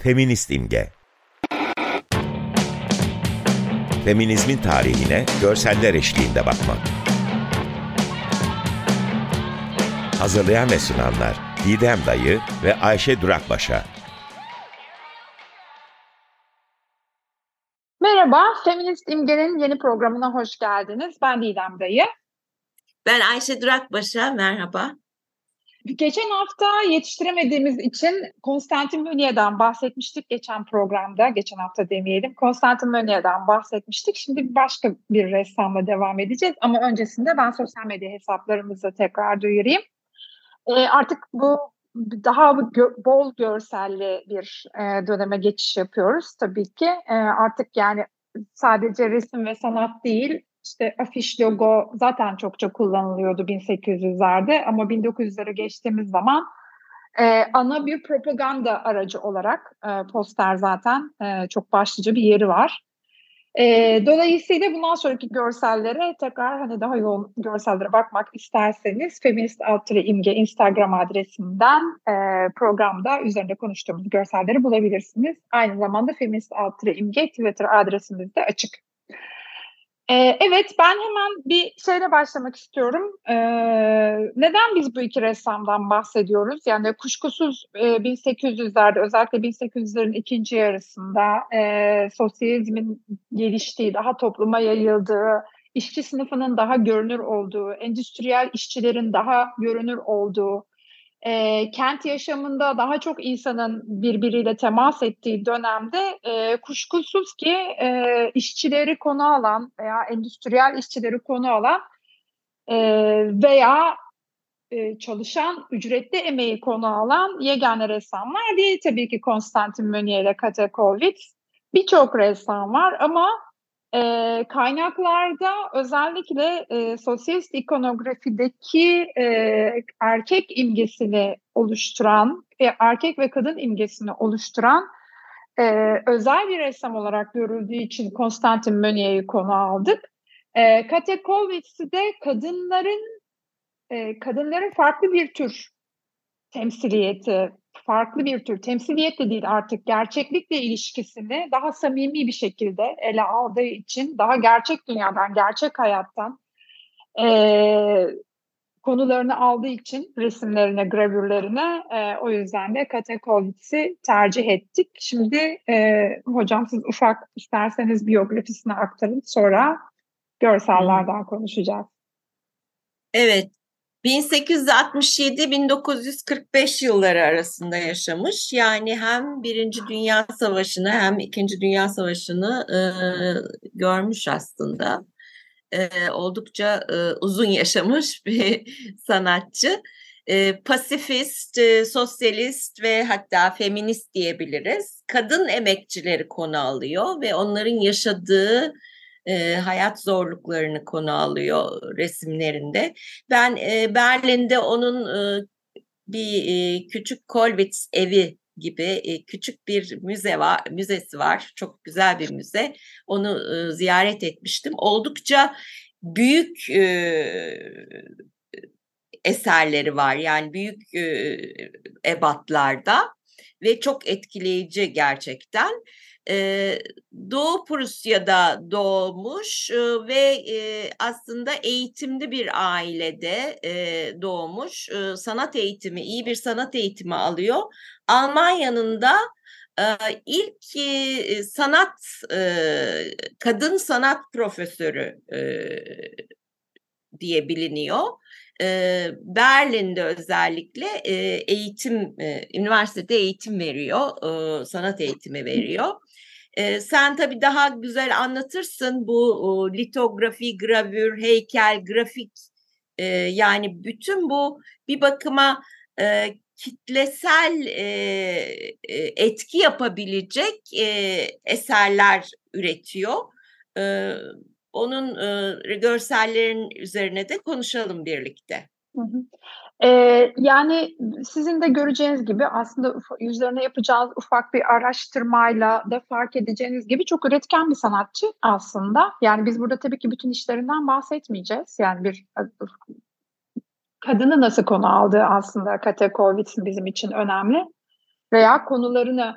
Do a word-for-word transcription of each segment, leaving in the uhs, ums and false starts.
Feminist İmge. Feminizmin tarihine görseller eşliğinde bakmak. Hazırlayan ve sunanlar Didem Dayı ve Ayşe Durakbaşa. Merhaba, Feminist İmge'nin yeni programına hoş geldiniz. Ben Didem Dayı. Ben Ayşe Durakbaşa, merhaba. Geçen hafta yetiştiremediğimiz için Konstantin Mönier'den bahsetmiştik geçen programda. Geçen hafta demeyelim. Konstantin Mönier'den bahsetmiştik. Şimdi başka bir ressamla devam edeceğiz. Ama öncesinde ben sosyal medya hesaplarımızı tekrar duyurayım. E, artık bu daha gö- bol görselli bir e, döneme geçiş yapıyoruz tabii ki. E, artık yani sadece resim ve sanat değil, işte afiş, logo zaten çokça kullanılıyordu bin sekiz yüzlerde ama bin dokuz yüzlere geçtiğimiz zaman e, ana bir propaganda aracı olarak e, poster zaten e, çok başlıca bir yeri var. E, dolayısıyla bundan sonraki görsellere tekrar hani daha yoğun görsellere bakmak isterseniz Feminist Altı İmge Instagram adresinden e, programda üzerinde konuştuğumuz görselleri bulabilirsiniz. Aynı zamanda Feminist Altı İmge Twitter adresimiz de açık. Ee, evet, ben hemen bir şeyle başlamak istiyorum. Ee, neden biz bu iki ressamdan bahsediyoruz? Yani kuşkusuz e, bin sekiz yüzlerde, özellikle bin sekiz yüzlerin ikinci yarısında e, sosyalizmin geliştiği, daha topluma yayıldığı, işçi sınıfının daha görünür olduğu, endüstriyel işçilerin daha görünür olduğu, E, kent yaşamında daha çok insanın birbiriyle temas ettiği dönemde e, kuşkusuz ki e, işçileri konu alan veya endüstriyel işçileri konu alan e, veya e, çalışan ücretli emeği konu alan yegane ressamlar değil tabii ki Konstantin Meunier ile Kate Kollwitz. Birçok ressam var ama e, kaynaklarda özellikle e, sosyalist ikonografideki e, erkek imgesini oluşturan, e, erkek ve kadın imgesini oluşturan e, özel bir ressam olarak görüldüğü için Konstantin Meunier'i konu aldık. E, Kate Kollwitz'i de kadınların e, kadınların farklı bir tür temsiliyeti, farklı bir tür temsiliyet de değil artık gerçeklikle ilişkisini daha samimi bir şekilde ele aldığı için daha gerçek dünyadan, gerçek hayattan e, konularını aldığı için resimlerine, gravürlerine e, o yüzden de Kate Kollwitz'i tercih ettik. Şimdi e, hocam siz ufak isterseniz biyografisini aktarın sonra görsellerden konuşacağız. Evet. bin sekiz yüz altmış yedi - bin dokuz yüz kırk beş yılları arasında yaşamış. Yani hem Birinci Dünya Savaşı'nı hem İkinci Dünya Savaşı'nı e, görmüş aslında. E, oldukça e, uzun yaşamış bir sanatçı. E, pasifist, e, sosyalist ve hatta feminist diyebiliriz. Kadın emekçileri konu alıyor ve onların yaşadığı E, hayat zorluklarını konu alıyor resimlerinde. Ben e, Berlin'de onun e, bir e, küçük Kollwitz evi gibi e, küçük bir müze var, müzesi var. Çok güzel bir müze. Onu e, ziyaret etmiştim. Oldukça büyük e, eserleri var. Yani büyük e, ebatlarda ve çok etkileyici gerçekten. Ee, Doğu Prusya'da doğmuş e, ve e, aslında eğitimli bir ailede e, doğmuş. E, sanat eğitimi, iyi bir sanat eğitimi alıyor. Almanya'nın da e, ilk e, sanat, e, kadın sanat profesörü e, diye biliniyor. E, Berlin'de özellikle e, eğitim, e, üniversitede eğitim veriyor, e, sanat eğitimi veriyor. E, sen tabii daha güzel anlatırsın bu o, litografi, gravür, heykel, grafik e, yani bütün bu bir bakıma e, kitlesel e, e, etki yapabilecek e, eserler üretiyor. E, onun e, görsellerin üzerine de konuşalım birlikte. Hı hı. Ee, yani sizin de göreceğiniz gibi aslında yüzlerine yapacağınız ufak bir araştırmayla da fark edeceğiniz gibi çok üretken bir sanatçı aslında. Yani biz burada tabii ki bütün işlerinden bahsetmeyeceğiz. Yani bir kadını nasıl konu aldığı aslında Kate Kollwitz'in bizim için önemli. Veya konularını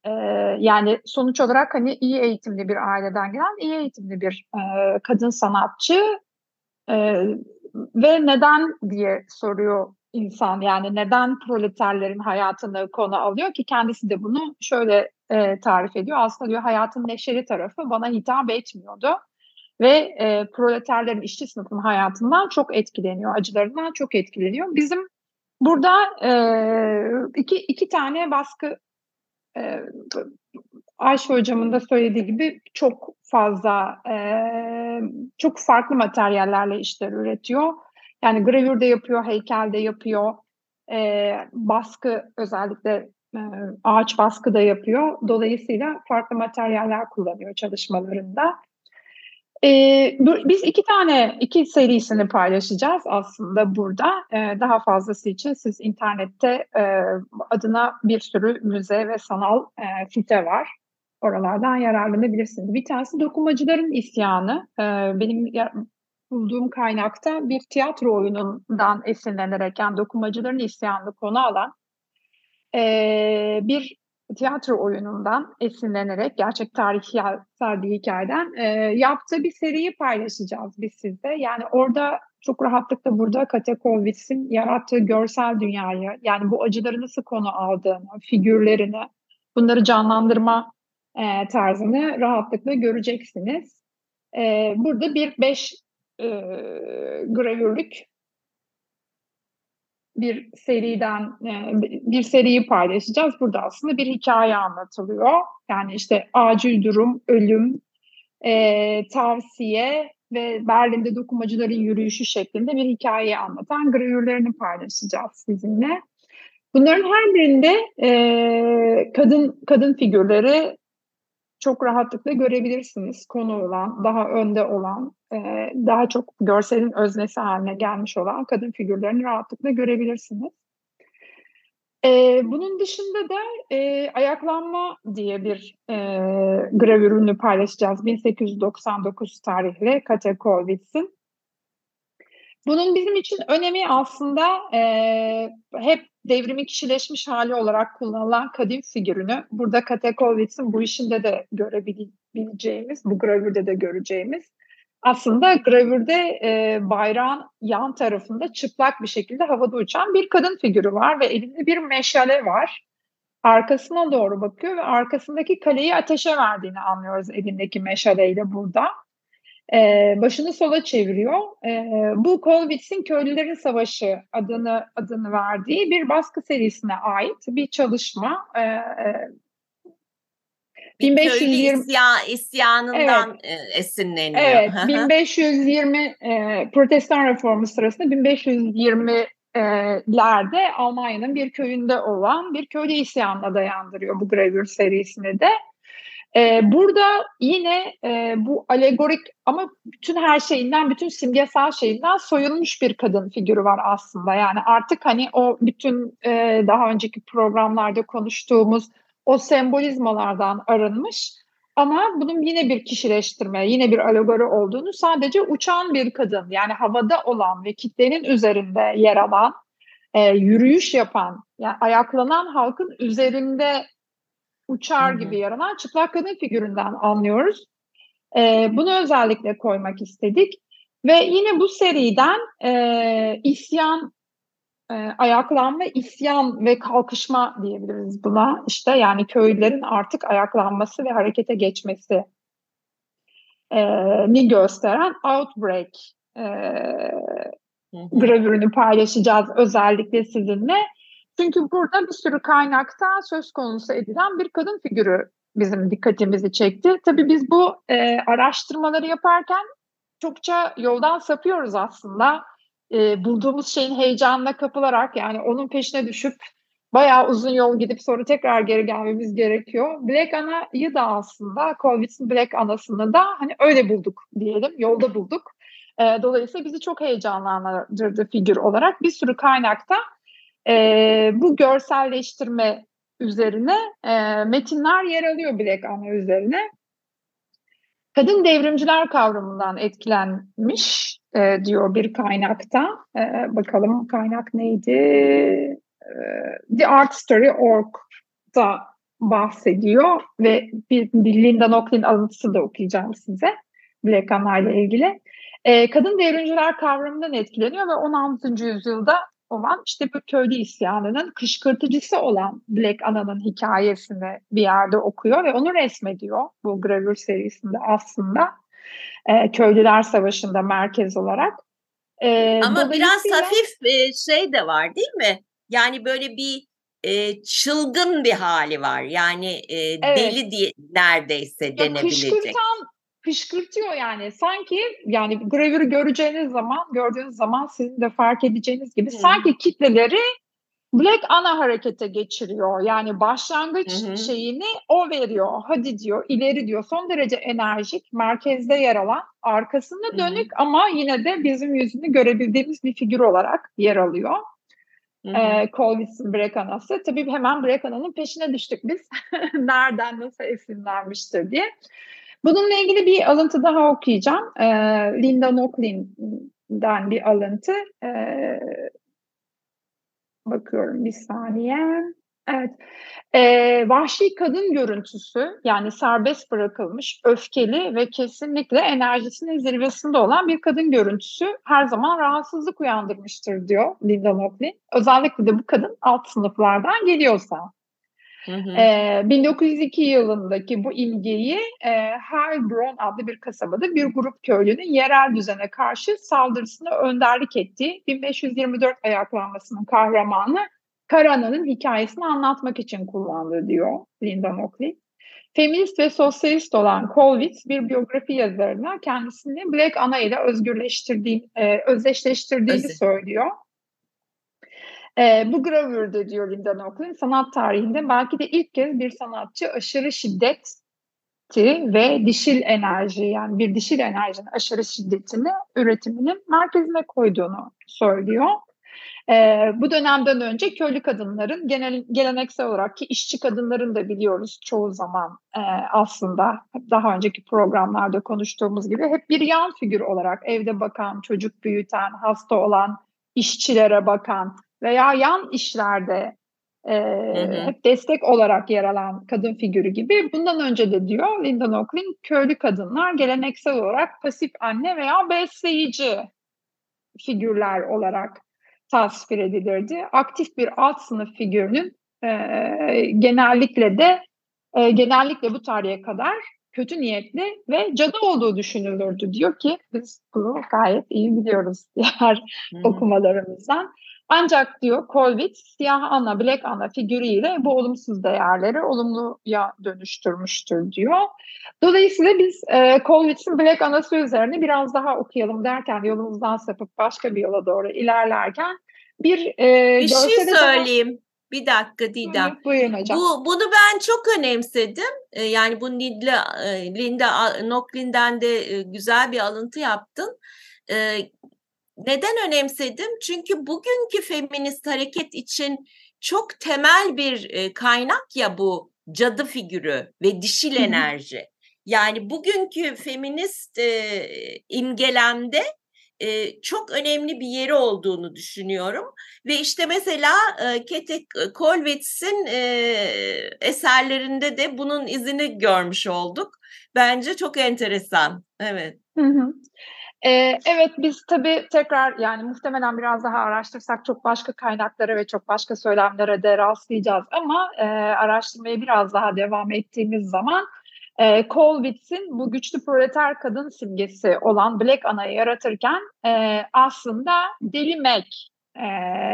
e, yani sonuç olarak hani iyi eğitimli bir aileden gelen iyi eğitimli bir e, kadın sanatçı e, ve neden diye soruyor insan, yani neden proleterlerin hayatını konu alıyor ki kendisi de bunu şöyle e, tarif ediyor. Aslında diyor hayatın neşeli tarafı bana hitap etmiyordu ve e, proleterlerin, işçi sınıfının hayatından çok etkileniyor, acılarından çok etkileniyor. Bizim burada e, iki, iki tane baskı, e, Ayşe hocamın da söylediği gibi çok fazla, e, çok farklı materyallerle işler üretiyor. Yani gravür de yapıyor, heykel de yapıyor, e, baskı, özellikle e, ağaç baskı da yapıyor. Dolayısıyla farklı materyaller kullanıyor çalışmalarında. Ee, biz iki tane, iki serisini paylaşacağız aslında burada. Ee, daha fazlası için siz internette e, adına bir sürü müze ve sanal e, site var. Oralardan yararlanabilirsiniz. Bir tanesi Dokumacıların İsyanı. Ee, benim ya, bulduğum kaynakta bir tiyatro oyunundan esinlenerek, yani Dokumacıların İsyanı'nı konu alan e, bir tiyatro oyunundan esinlenerek, gerçek tarihsel bir hikayeden e, yaptığı bir seriyi paylaşacağız biz sizde. Yani orada çok rahatlıkla burada Kate Kollwitz'in yarattığı görsel dünyayı, yani bu acıları nasıl konu aldığını, figürlerini, bunları canlandırma e, tarzını rahatlıkla göreceksiniz. E, burada bir beş e, gravürlük bir seriden bir seriyi paylaşacağız. Burada aslında bir hikaye anlatılıyor. Yani işte acil durum, ölüm, e, tavsiye ve Berlin'de dokumacıların yürüyüşü şeklinde bir hikayeyi anlatan gravürlerini paylaşacağız sizinle. Bunların her birinde e, kadın kadın figürleri çok rahatlıkla görebilirsiniz. Konu olan, daha önde olan, e, daha çok görselin öznesi haline gelmiş olan kadın figürlerini rahatlıkla görebilirsiniz. E, bunun dışında da e, Ayaklanma diye bir e, gravürünü paylaşacağız. bin sekiz yüz doksan dokuz tarihli Kate Kollwitz'in. Bunun bizim için önemi aslında e, hep devrimin kişileşmiş hali olarak kullanılan kadın figürünü burada Kate Kollwitz'in bu işinde de görebileceğimiz, bu gravürde de göreceğimiz. Aslında gravürde e, bayrağın yan tarafında çıplak bir şekilde havada uçan bir kadın figürü var ve elinde bir meşale var. Arkasına doğru bakıyor ve arkasındaki kaleyi ateşe verdiğini anlıyoruz elindeki meşaleyle burada. Ee, başını sola çeviriyor. Ee, bu Kollwitz'in Köylülerin Savaşı adını adını verdiği bir baskı serisine ait bir çalışma. Ee, bin beş yüz yirmi isyan, isyanından evet, esinleniyor. Evet, bin beş yüz yirmi e, Protestan Reformu sırasında bin beş yüz yirmilerde Almanya'nın bir köyünde olan bir köylü isyanına dayandırıyor bu gravür serisini de. Ee, burada yine e, bu alegorik ama bütün her şeyinden, bütün simgesel şeyinden soyulmuş bir kadın figürü var aslında. Yani artık hani o bütün e, daha önceki programlarda konuştuğumuz o sembolizmalardan arınmış. Ama bunun yine bir kişileştirme, yine bir alegori olduğunu, sadece uçan bir kadın, yani havada olan ve kitlenin üzerinde yer alan, e, yürüyüş yapan, yani ayaklanan halkın üzerinde uçar gibi hı hı. yaranan çıplak kadın figüründen anlıyoruz. Ee, bunu özellikle koymak istedik. Ve yine bu seriden e, isyan, e, ayaklanma, isyan ve kalkışma diyebiliriz buna. İşte yani köylülerin artık ayaklanması ve harekete geçmesi e, ni gösteren Outbreak e, hı hı. gravürünü paylaşacağız özellikle sizinle. Çünkü burada bir sürü kaynakta söz konusu edilen bir kadın figürü bizim dikkatimizi çekti. Tabii biz bu e, araştırmaları yaparken çokça yoldan sapıyoruz aslında. E, bulduğumuz şeyin heyecanına kapılarak, yani onun peşine düşüp bayağı uzun yol gidip sonra tekrar geri gelmemiz gerekiyor. Black Ana'yı da aslında, Kollwitz'in Black Ana'sını da hani öyle bulduk diyelim, yolda bulduk. E, dolayısıyla bizi çok heyecanlandırdı figür olarak. Bir sürü kaynakta E, bu görselleştirme üzerine e, metinler yer alıyor Black Ana üzerine. Kadın devrimciler kavramından etkilenmiş e, diyor bir kaynakta. E, bakalım kaynak neydi? E, The Art Story nokta org'da bahsediyor ve bir, bir Linda Nochlin alıntısı da okuyacağım size Black Ana ile ilgili. E, kadın devrimciler kavramından etkileniyor ve on altıncı yüzyılda olan işte bu köylü isyanının kışkırtıcısı olan Black Ana'nın hikayesini bir yerde okuyor ve onu resmediyor bu gravür serisinde aslında e, Köylüler Savaşı'nda merkez olarak. E, Ama biraz hafif e, şey de var değil mi? Yani böyle bir e, çılgın bir hali var. Yani e, evet. Deli diye neredeyse ya denebilecek. Kışkırtan, kışkırtıyor yani. Sanki yani gravürü göreceğiniz zaman, gördüğünüz zaman sizin de fark edeceğiniz gibi hmm. sanki kitleleri Black Ana harekete geçiriyor. Yani başlangıç hı hı. şeyini o veriyor. Hadi diyor, ileri diyor. Son derece enerjik, merkezde yer alan, arkasında dönük hı hı. ama yine de bizim yüzünü görebildiğimiz bir figür olarak yer alıyor. Ee, Colwitz'in Black Ana'sı. Tabii hemen Black Ana'nın peşine düştük biz. Nereden, nasıl esinlenmiştir diye. Bununla ilgili bir alıntı daha okuyacağım. Ee, Linda Nochlin'den bir alıntı. Ee, Bakıyorum bir saniye. Evet. Ee, vahşi kadın görüntüsü yani serbest bırakılmış, öfkeli ve kesinlikle enerjisinin zirvesinde olan bir kadın görüntüsü her zaman rahatsızlık uyandırmıştır diyor Linda Nochlin. Özellikle de bu kadın alt sınıflardan geliyorsa. Hı hı. Ee, bin dokuz yüz iki yılındaki bu imgeyi e, Heilbronn adlı bir kasabada bir grup köylünün yerel düzene karşı saldırısına önderlik ettiği bin beş yüz yirmi dört ayaklanmasının kahramanı Karana'nın hikayesini anlatmak için kullandı diyor Linda Nochlin. Feminist ve sosyalist olan Colwitz bir biyografi yazarına kendisini Black Ana ile özgürleştirdiğini, e, özdeşleştirdiğini Özel. söylüyor. E, bu gravürde diyor Linda Nochlin sanat tarihinde belki de ilk kez bir sanatçı aşırı şiddeti ve dişil enerji yani bir dişil enerjinin aşırı şiddetini üretiminin merkezine koyduğunu söylüyor. E, bu dönemden önce köylü kadınların genel, geleneksel olarak ki işçi kadınların da biliyoruz çoğu zaman e, aslında daha önceki programlarda konuştuğumuz gibi hep bir yan figür olarak evde bakan, çocuk büyüten, hasta olan, işçilere bakan veya yan işlerde e, hı hı. hep destek olarak yer alan kadın figürü gibi. Bundan önce de diyor Linda Nochlin köylü kadınlar geleneksel olarak pasif anne veya besleyici figürler olarak tasvir edilirdi. Aktif bir alt sınıf figürünün e, genellikle de e, genellikle bu tarihe kadar kötü niyetli ve cadı olduğu düşünülürdü diyor ki biz bunu gayet iyi biliyoruz diğer hmm. okumalarımızdan. Ancak diyor Colwitz siyah ana, Black Ana figürüyle bu olumsuz değerleri olumluya dönüştürmüştür diyor. Dolayısıyla biz e, Colwitz'in Black Ana'sı üzerine biraz daha okuyalım derken yolumuzdan sapıp başka bir yola doğru ilerlerken bir e, bir şey söyleyeyim. Daha... Bir dakika Didem. Buyurun hocam. Bu, bunu ben çok önemsedim. Ee, yani bu Linda, Linda Nochlin'den de güzel bir alıntı yaptın. Ee, neden önemsedim? Çünkü bugünkü feminist hareket için çok temel bir kaynak ya bu cadı figürü ve dişil Hı-hı. enerji. Yani bugünkü feminist e, imgelemde e, çok önemli bir yeri olduğunu düşünüyorum. Ve işte mesela e, Käthe Kollwitz'in e, eserlerinde de bunun izini görmüş olduk. Bence çok enteresan. Evet. Hı hı. Ee, evet biz tabii tekrar yani muhtemelen biraz daha araştırsak çok başka kaynaklara ve çok başka söylemlere de rastlayacağız ama e, araştırmaya biraz daha devam ettiğimiz zaman e, Colwitz'in bu güçlü proleter kadın simgesi olan Black Ana'yı yaratırken e, aslında Deli Meg, e,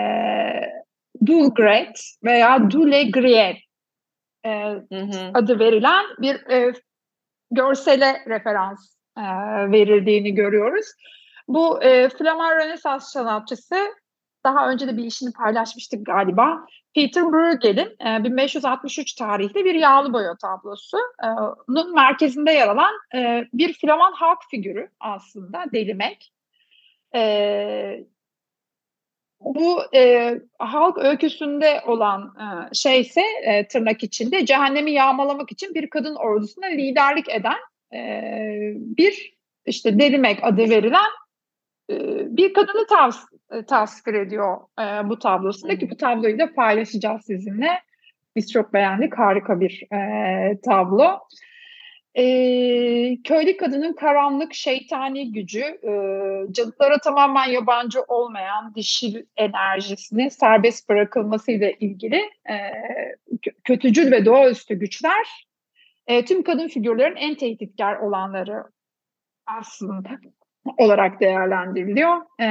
Dulgret veya Dule Grier e, hı hı. adı verilen bir e, görsele referans e, verildiğini görüyoruz. Bu e, Flaman Rönesans sanatçısı daha önce de bir işini paylaşmıştık galiba. Peter Bruegel'in e, bin beş yüz altmış üç tarihli bir yağlı boya tablosunun e, merkezinde yer alan e, bir Flaman halk figürü aslında Deli Meg. E, bu e, halk öyküsünde olan e, şeyse e, tırnak içinde cehennemi yağmalamak için bir kadın ordusuna liderlik eden e, bir işte Deli Meg adı verilen e, bir kadını tavs- tasvir ediyor e, bu tablosunda ki bu tabloyu da paylaşacağız sizinle. Biz çok beğendik. Harika bir e, tablo. E, köylü kadının karanlık şeytani gücü, e, cadılara tamamen yabancı olmayan dişil enerjisinin serbest bırakılmasıyla ilgili e, kötücül ve doğaüstü güçler e, tüm kadın figürlerin en tehditkar olanları aslında olarak değerlendiriliyor. E,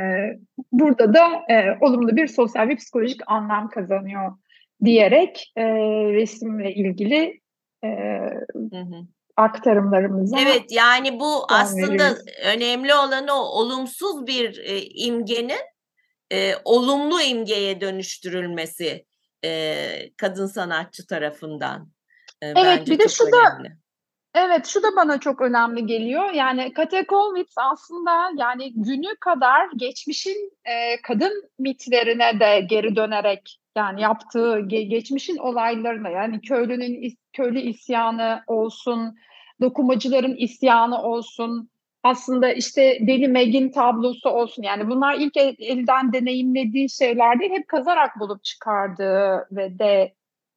burada da e, olumlu bir sosyal ve psikolojik anlam kazanıyor diyerek e, resimle ilgili e, hı hı. aktarımlarımıza. Evet, yani bu aslında veriyoruz. önemli olan o olumsuz bir e, imgenin e, olumlu imgeye dönüştürülmesi e, kadın sanatçı tarafından. E, evet, bence bir de çok şu önemli. Da, evet, şu da bana çok önemli geliyor. Yani Katja Kollwitz aslında yani günü kadar geçmişin e, kadın mitlerine de geri dönerek yani yaptığı ge- geçmişin olaylarına, yani köylünün is- köylü isyanı olsun, dokumacıların isyanı olsun, aslında işte Deli Meg'in tablosu olsun, yani bunlar ilk el- elden deneyimlediği şeyler değil, hep kazarak bulup çıkardığı ve de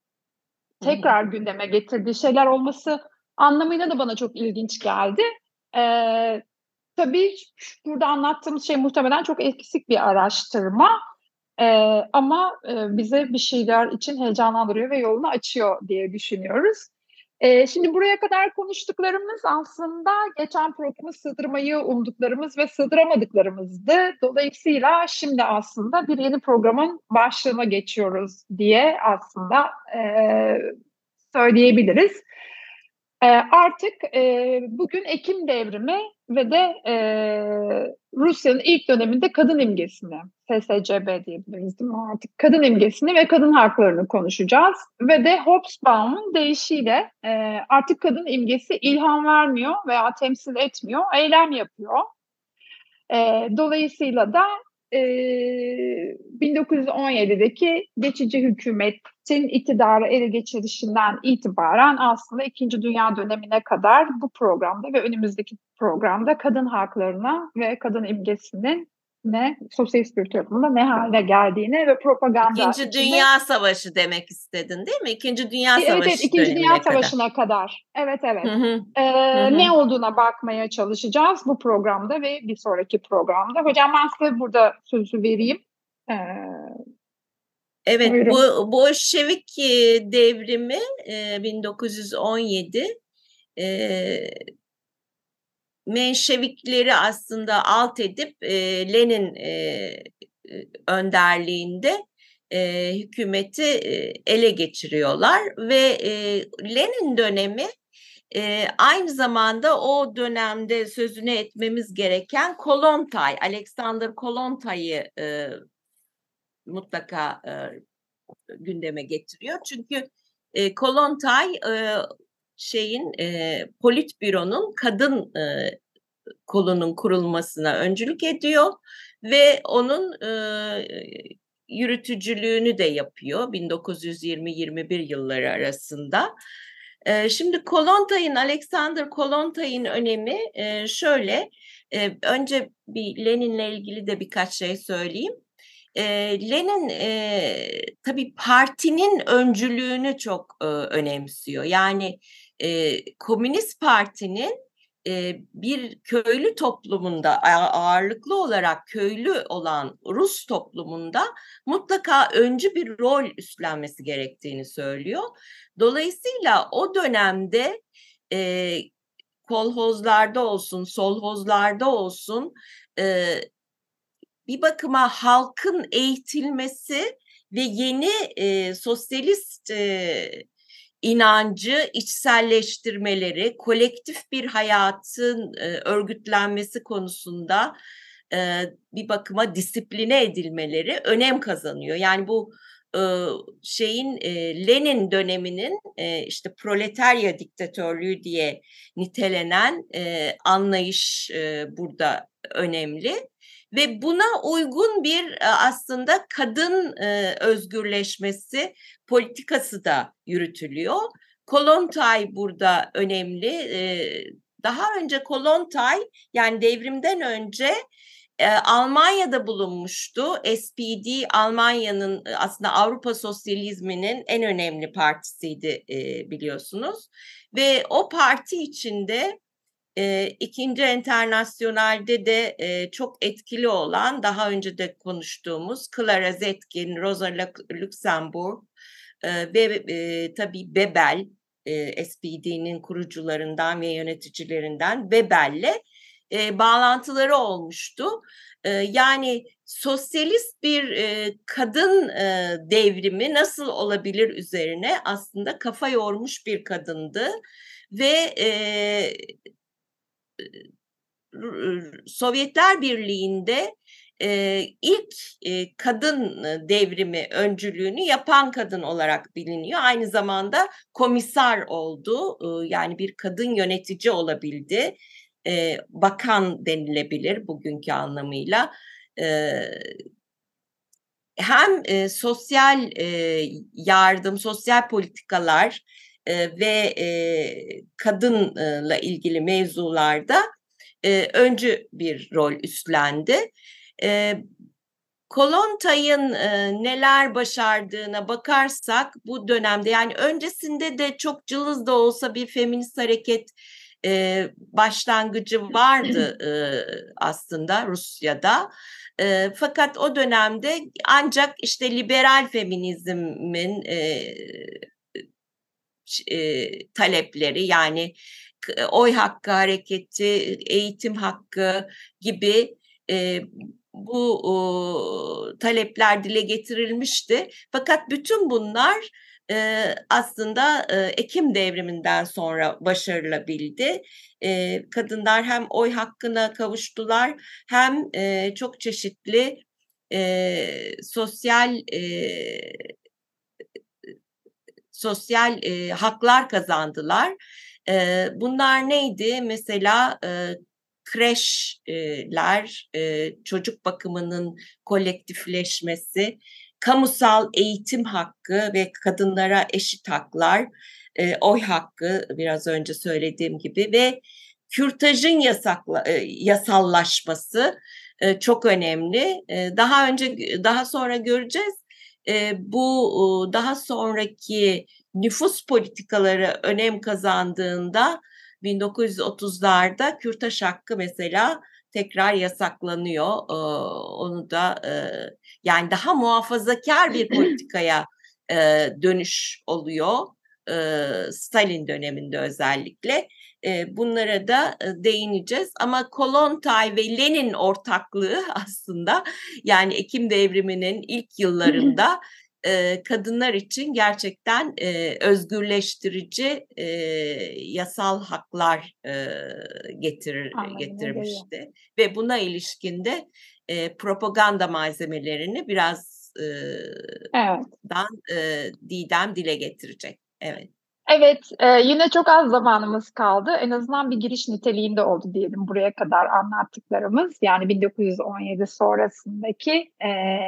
tekrar gündeme getirdiği şeyler olması anlamıyla da bana çok ilginç geldi. Ee, tabii burada anlattığımız şey muhtemelen çok eksik bir araştırma. Ee, ama e, bize bir şeyler için heyecanlandırıyor ve yolunu açıyor diye düşünüyoruz. Ee, şimdi buraya kadar konuştuklarımız aslında geçen programı sığdırmayı umduklarımız ve sığdıramadıklarımızdı. Dolayısıyla şimdi aslında bir yeni programın başlığına geçiyoruz diye aslında e, söyleyebiliriz. E, artık e, bugün Ekim Devrimi ve de e, Rusya'nın ilk döneminde kadın imgesini, S S C B diyebiliriz değil mi? Artık kadın imgesini ve kadın haklarını konuşacağız. Ve de Hobsbawm'ın deyişiyle e, artık kadın imgesi ilham vermiyor veya temsil etmiyor, eylem yapıyor. E, dolayısıyla da e, bin dokuz yüz on yedideki geçici hükümetin iktidarı ele geçirişinden itibaren aslında İkinci Dünya dönemine kadar bu programda ve önümüzdeki programda kadın haklarına ve kadın imgesinin ne sosyalist bir toplumda ne hale geldiğini ve propaganda İkinci içinde... Dünya Savaşı demek istedin değil mi? İkinci Dünya Evet, Savaşı evet, İkinci Dünya dönemine Savaşı'na kadar. kadar. Evet, evet. Hı hı. Ee, Hı hı. Ne olduğuna bakmaya çalışacağız bu programda ve bir sonraki programda. Hocam ben size burada sözü vereyim. Ee, evet, buyurun. bu Bolşevik devrimi e, bin dokuz yüz on yedi e, Menşevikleri aslında alt edip e, Lenin e, önderliğinde e, hükümeti e, ele geçiriyorlar ve e, Lenin dönemi e, aynı zamanda o dönemde sözünü etmemiz gereken Kollontaj, Alexander Kollontay'ı e, mutlaka e, gündeme getiriyor. Çünkü e, Kollontaj e, şeyin e, Politbüro'nun kadın e, kolunun kurulmasına öncülük ediyor ve onun e, yürütücülüğünü de yapıyor bin dokuz yüz yirmi yirmi bir yılları arasında. E, şimdi Kollontay'ın, Alexander Kollontay'ın önemi e, şöyle, e, önce bir Lenin'le ilgili de birkaç şey söyleyeyim. E, Lenin e, tabii partinin öncülüğünü çok e, önemsiyor. Yani e, Komünist Parti'nin e, bir köylü toplumunda, ağırlıklı olarak köylü olan Rus toplumunda mutlaka öncü bir rol üstlenmesi gerektiğini söylüyor. Dolayısıyla o dönemde e, kolhozlarda olsun, solhozlarda olsun e, bir bakıma halkın eğitilmesi ve yeni e, sosyalist e, inancı içselleştirmeleri, kolektif bir hayatın e, örgütlenmesi konusunda e, bir bakıma disipline edilmeleri önem kazanıyor. Yani bu e, şeyin e, Lenin döneminin e, işte proletarya diktatörlüğü diye nitelenen e, anlayış e, burada önemli. Ve buna uygun bir aslında kadın e, özgürleşmesi politikası da yürütülüyor. Kollontay burada önemli. E, daha önce Kollontay, yani devrimden önce e, Almanya'da bulunmuştu. S P D Almanya'nın aslında Avrupa Sosyalizminin en önemli partisiydi e, biliyorsunuz. Ve o parti içinde e, İkinci Enternasyonel'de de e, çok etkili olan, daha önce de konuştuğumuz Clara Zetkin, Rosa Luxemburg e, ve e, tabii Bebel, e, S P D'nin kurucularından ve yöneticilerinden Bebel'le e, bağlantıları olmuştu. E, yani sosyalist bir e, kadın e, devrimi nasıl olabilir üzerine aslında kafa yormuş bir kadındı ve e, Sovyetler Birliği'nde e, ilk e, kadın devrimi öncülüğünü yapan kadın olarak biliniyor. Aynı zamanda komiser oldu, e, yani bir kadın yönetici olabildi. E, bakan denilebilir bugünkü anlamıyla. E, hem e, sosyal e, yardım, sosyal politikalar e, ve e, kadınla ilgili mevzularda e, öncü bir rol üstlendi. E, Kollontaj'ın e, neler başardığına bakarsak bu dönemde, yani öncesinde de çok cılız da olsa bir feminist hareket e, başlangıcı vardı e, aslında Rusya'da. E, fakat o dönemde ancak işte liberal feminizmin e, e, talepleri, yani oy hakkı hareketi, eğitim hakkı gibi e, bu o, talepler dile getirilmişti. Fakat bütün bunlar e, aslında e, Ekim devriminden sonra başarılabildi. E, kadınlar hem oy hakkına kavuştular, hem e, çok çeşitli e, sosyal e, sosyal e, haklar kazandılar. E, bunlar neydi? Mesela e, kreşler, e, çocuk bakımının kolektifleşmesi, kamusal eğitim hakkı ve kadınlara eşit haklar, e, oy hakkı biraz önce söylediğim gibi ve kürtajın yasakla, e, yasallaşması e, çok önemli. E, daha önce, daha sonra göreceğiz. E, bu daha sonraki nüfus politikaları önem kazandığında bin dokuz yüz otuzlarda kürtaj hakkı mesela tekrar yasaklanıyor. E, onu da e, yani daha muhafazakar bir politikaya e, dönüş oluyor. E, Stalin döneminde özellikle. E, bunlara da e, değineceğiz. Ama Kollontaj ve Lenin ortaklığı aslında, yani Ekim devriminin ilk yıllarında e, kadınlar için gerçekten e, özgürleştirici e, yasal haklar e, getirir, getirmişti. Öyle. Ve buna ilişkin de e, propaganda malzemelerini biraz e, evet. dan, e, Didem dile getirecek. Evet. Evet, e, yine çok az zamanımız kaldı. En azından bir giriş niteliğinde oldu diyelim buraya kadar anlattıklarımız. Yani bin dokuz yüz on yedi sonrasındaki e,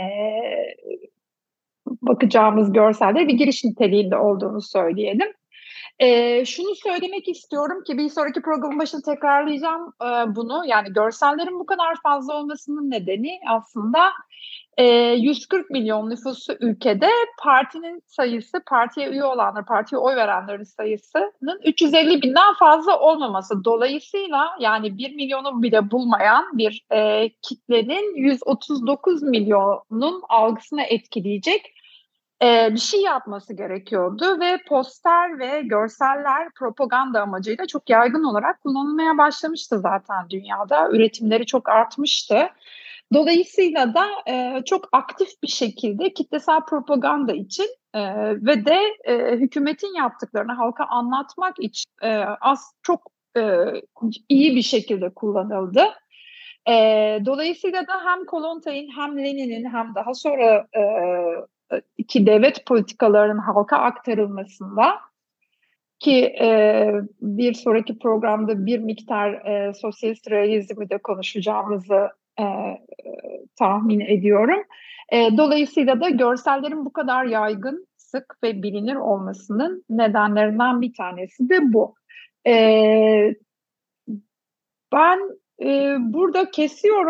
bakacağımız görselde bir giriş niteliğinde olduğunu söyleyelim. E, şunu söylemek istiyorum ki bir sonraki programın başında tekrarlayacağım e, bunu. Yani görsellerin bu kadar fazla olmasının nedeni aslında e, yüz kırk milyon nüfusu ülkede partinin sayısı, partiye üye olanlar, partiye oy verenlerin sayısının üç yüz elli binden fazla olmaması. Dolayısıyla yani bir milyonu bile bulmayan bir e, kitlenin yüz otuz dokuz milyonun algısına etkileyecek Ee, bir şey yapması gerekiyordu ve poster ve görseller propaganda amacıyla çok yaygın olarak kullanılmaya başlamıştı zaten dünyada. Üretimleri çok artmıştı. Dolayısıyla da e, çok aktif bir şekilde kitlesel propaganda için e, ve de e, hükümetin yaptıklarını halka anlatmak için e, az çok e, iyi bir şekilde kullanıldı. E, dolayısıyla da hem Kollontaj'ın hem Lenin'in hem daha sonra e, ki devlet politikalarının halka aktarılmasında ki e, bir sonraki programda bir miktar e, sosyalist realizmi de konuşacağımızı e, e, tahmin ediyorum. E, dolayısıyla da görsellerin bu kadar yaygın, sık ve bilinir olmasının nedenlerinden bir tanesi de bu. E, ben e, burada kesiyorum.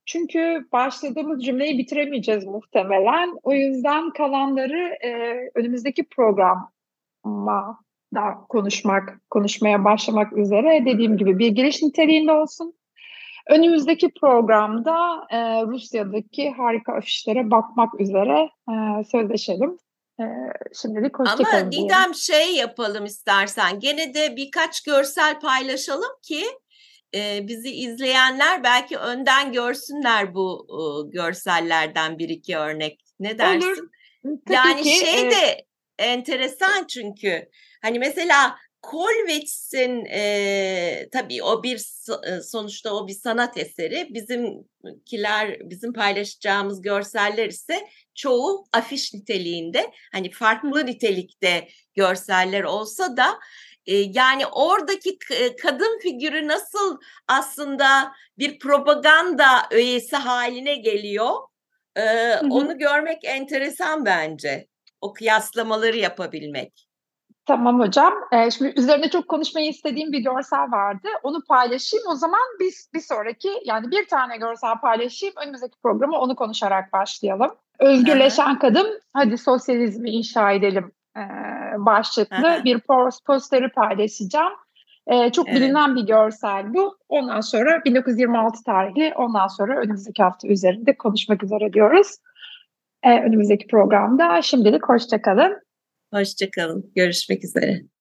Çünkü başladığımız cümleyi bitiremeyeceğiz muhtemelen. O yüzden kalanları e, önümüzdeki programa da konuşmak, konuşmaya başlamak üzere dediğim gibi bir giriş niteliğinde olsun. Önümüzdeki programda e, Rusya'daki harika afişlere bakmak üzere e, sözleşelim. E, şimdilik hoşçakalın. Ama Didem şey yapalım istersen. Gene de birkaç görsel paylaşalım ki e, bizi izleyenler belki önden görsünler bu e, görsellerden bir iki örnek. Ne dersin? Olur. Tabii yani ki, şey e... de enteresan çünkü hani mesela Kollwitz'in e, tabii o bir sonuçta o bir sanat eseri, bizimkiler bizim paylaşacağımız görseller ise çoğu afiş niteliğinde, hani farklı nitelikte görseller olsa da e, yani oradaki kadın figürü nasıl aslında bir propaganda öğesi haline geliyor, e, hı hı. Onu görmek enteresan bence, o kıyaslamaları yapabilmek. Tamam hocam. Ee, şimdi üzerine çok konuşmayı istediğim bir görsel vardı. Onu paylaşayım. O zaman biz bir sonraki, yani bir tane görsel paylaşayım. Önümüzdeki programa onu konuşarak başlayalım. Özgürleşen Aha. Kadın, hadi sosyalizmi inşa edelim e, başlıklı Aha. bir posteri paylaşacağım. E, çok evet. bilinen bir görsel bu. Ondan sonra bin dokuz yüz yirmi altı tarihli, ondan sonra önümüzdeki hafta üzerinde konuşmak üzere diyoruz. E, önümüzdeki programda şimdilik hoşça kalın. Hoşça kalın. Görüşmek üzere.